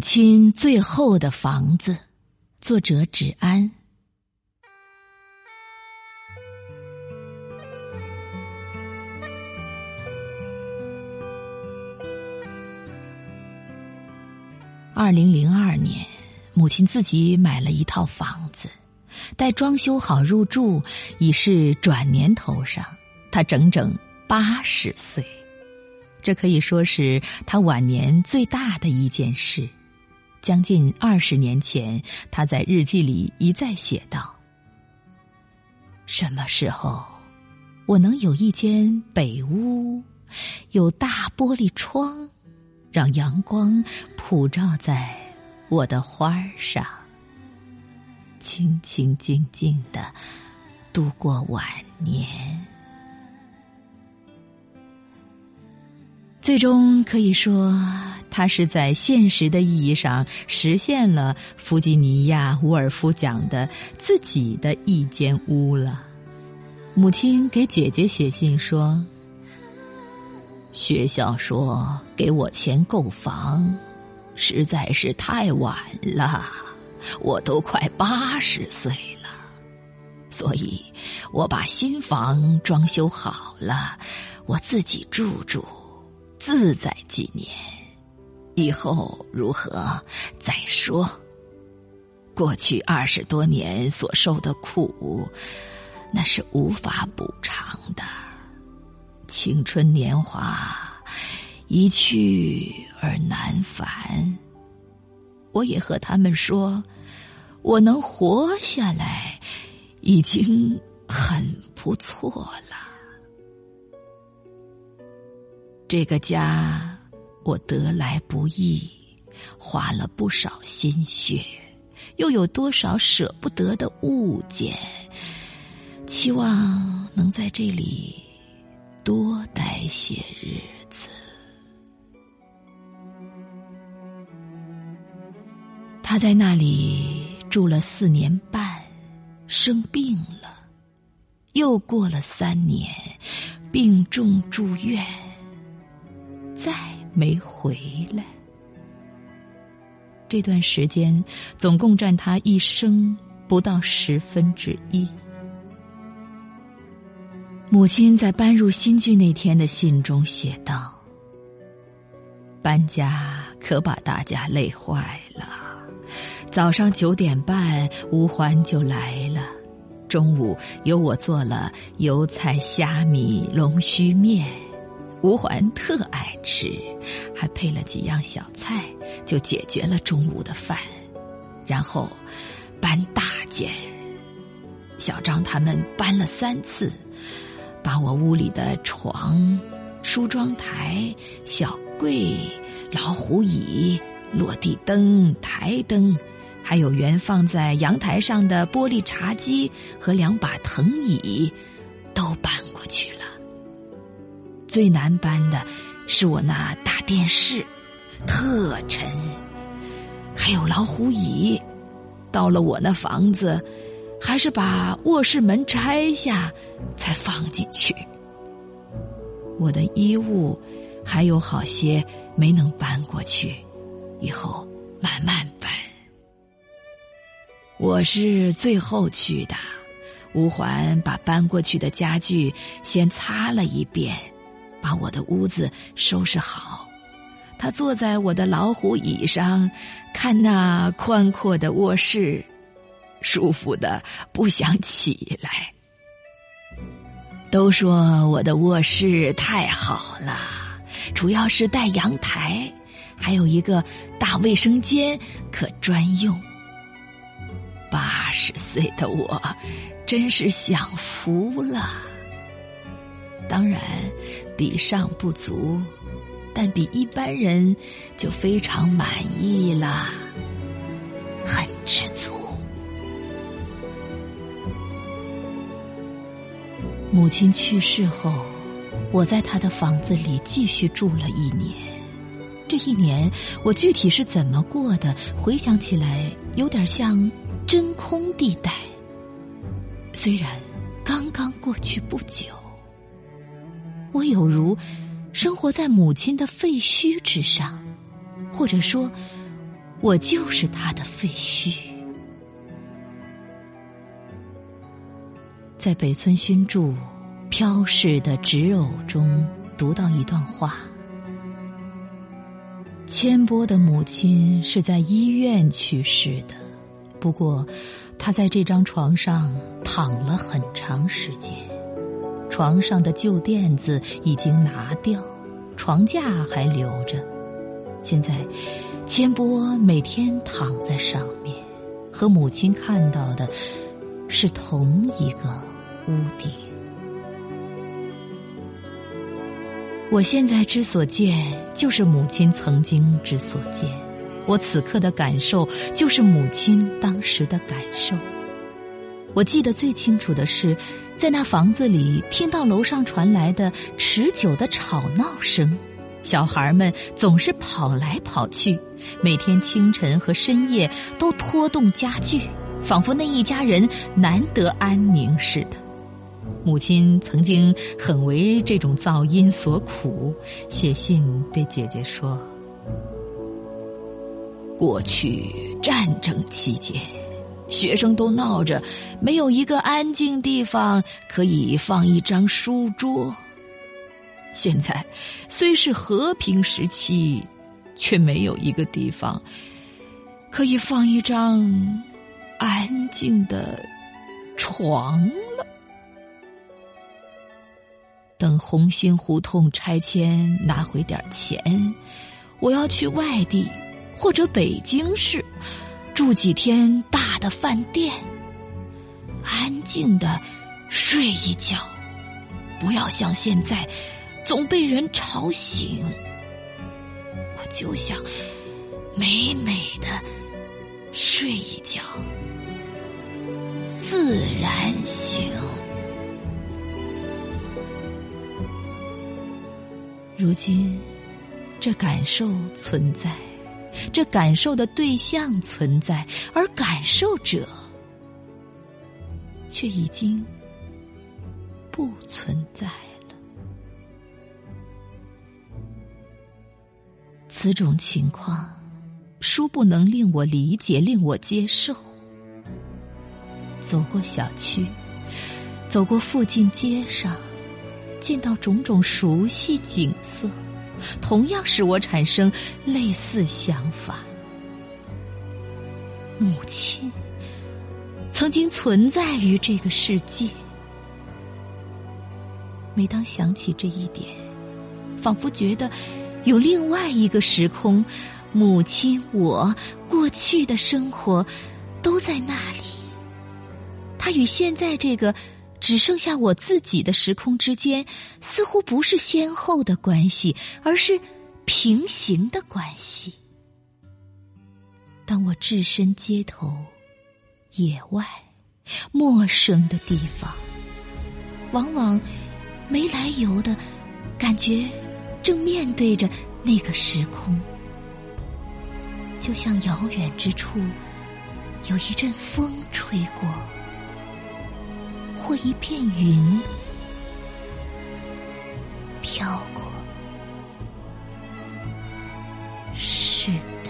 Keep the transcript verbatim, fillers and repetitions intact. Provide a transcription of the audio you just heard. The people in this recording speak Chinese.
亲最后的房子，作者芷安。二零零二年，母亲自己买了一套房子，待装修好入住，已是转年头上，她整整八十岁。这可以说是她晚年最大的一件事。将近二十年前，她在日记里一再写道：什么时候我能有一间北屋，有大玻璃窗，让阳光普照在我的花上，清清静静地度过晚年。最终可以说，他是在现实的意义上实现了弗吉尼亚·伍尔夫讲的自己的一间屋了。母亲给姐姐写信说，学校说给我钱购房，实在是太晚了，我都快八十岁了，所以我把新房装修好了，我自己住住，自在几年，以后如何再说。过去二十多年所受的苦，那是无法补偿的。青春年华一去而难返，我也和他们说，我能活下来已经很不错了。这个家我得来不易，花了不少心血，又有多少舍不得的物件，期望能在这里多待些日子。他在那里住了四年半，生病了，又过了三年，病重住院，再没回来。这段时间总共占他一生不到十分之一。母亲在搬入新居那天的信中写道，搬家可把大家累坏了，早上九点半吴环就来了，中午由我做了油菜虾米龙须面，吴环特爱吃，还配了几样小菜，就解决了中午的饭。然后搬大件，小张他们搬了三次，把我屋里的床、梳妆台、小柜、老虎椅、落地灯、台灯，还有原放在阳台上的玻璃茶几和两把藤椅都搬过去了。最难搬的是我那大电视，特沉，还有老虎椅。到了我那房子，还是把卧室门拆下才放进去。我的衣物还有好些没能搬过去，以后慢慢搬。我是最后去的，吴环把搬过去的家具先擦了一遍，把我的屋子收拾好。他坐在我的老虎椅上，看那宽阔的卧室，舒服的不想起来。都说我的卧室太好了，主要是带阳台，还有一个大卫生间可专用。八十岁的我真是享福了。当然比上不足，但比一般人就非常满意了，很知足。母亲去世后，我在她的房子里继续住了一年。这一年我具体是怎么过的，回想起来有点像真空地带。虽然刚刚过去不久，我有如生活在母亲的废墟之上，或者说我就是他的废墟。在北村薰著《飘逝的纸偶》中读到一段话：千波的母亲是在医院去世的，不过她在这张床上躺了很长时间，床上的旧垫子已经拿掉，床架还留着。现在千波每天躺在上面，和母亲看到的是同一个屋顶。我现在之所见，就是母亲曾经之所见，我此刻的感受，就是母亲当时的感受。我记得最清楚的是，在那房子里听到楼上传来的持久的吵闹声，小孩们总是跑来跑去，每天清晨和深夜都拖动家具，仿佛那一家人难得安宁似的。母亲曾经很为这种噪音所苦，写信对姐姐说：过去战争期间，学生都闹着没有一个安静地方可以放一张书桌，现在虽是和平时期，却没有一个地方可以放一张安静的床了。等红星胡同拆迁拿回点钱，我要去外地或者北京市住几天大的饭店，安静的睡一觉，不要像现在总被人吵醒。我就想美美的睡一觉，自然醒。如今这感受存在，这感受的对象存在，而感受者却已经不存在了。此种情况，殊不能令我理解，令我接受。走过小区，走过附近街上，见到种种熟悉景色，同样使我产生类似想法。母亲曾经存在于这个世界。每当想起这一点，仿佛觉得有另外一个时空，母亲我过去的生活都在那里。它与现在这个只剩下我自己的时空之间，似乎不是先后的关系，而是平行的关系。当我置身街头、野外、陌生的地方，往往没来由的感觉正面对着那个时空，就像遥远之处有一阵风吹过，或一片云飘过。是的。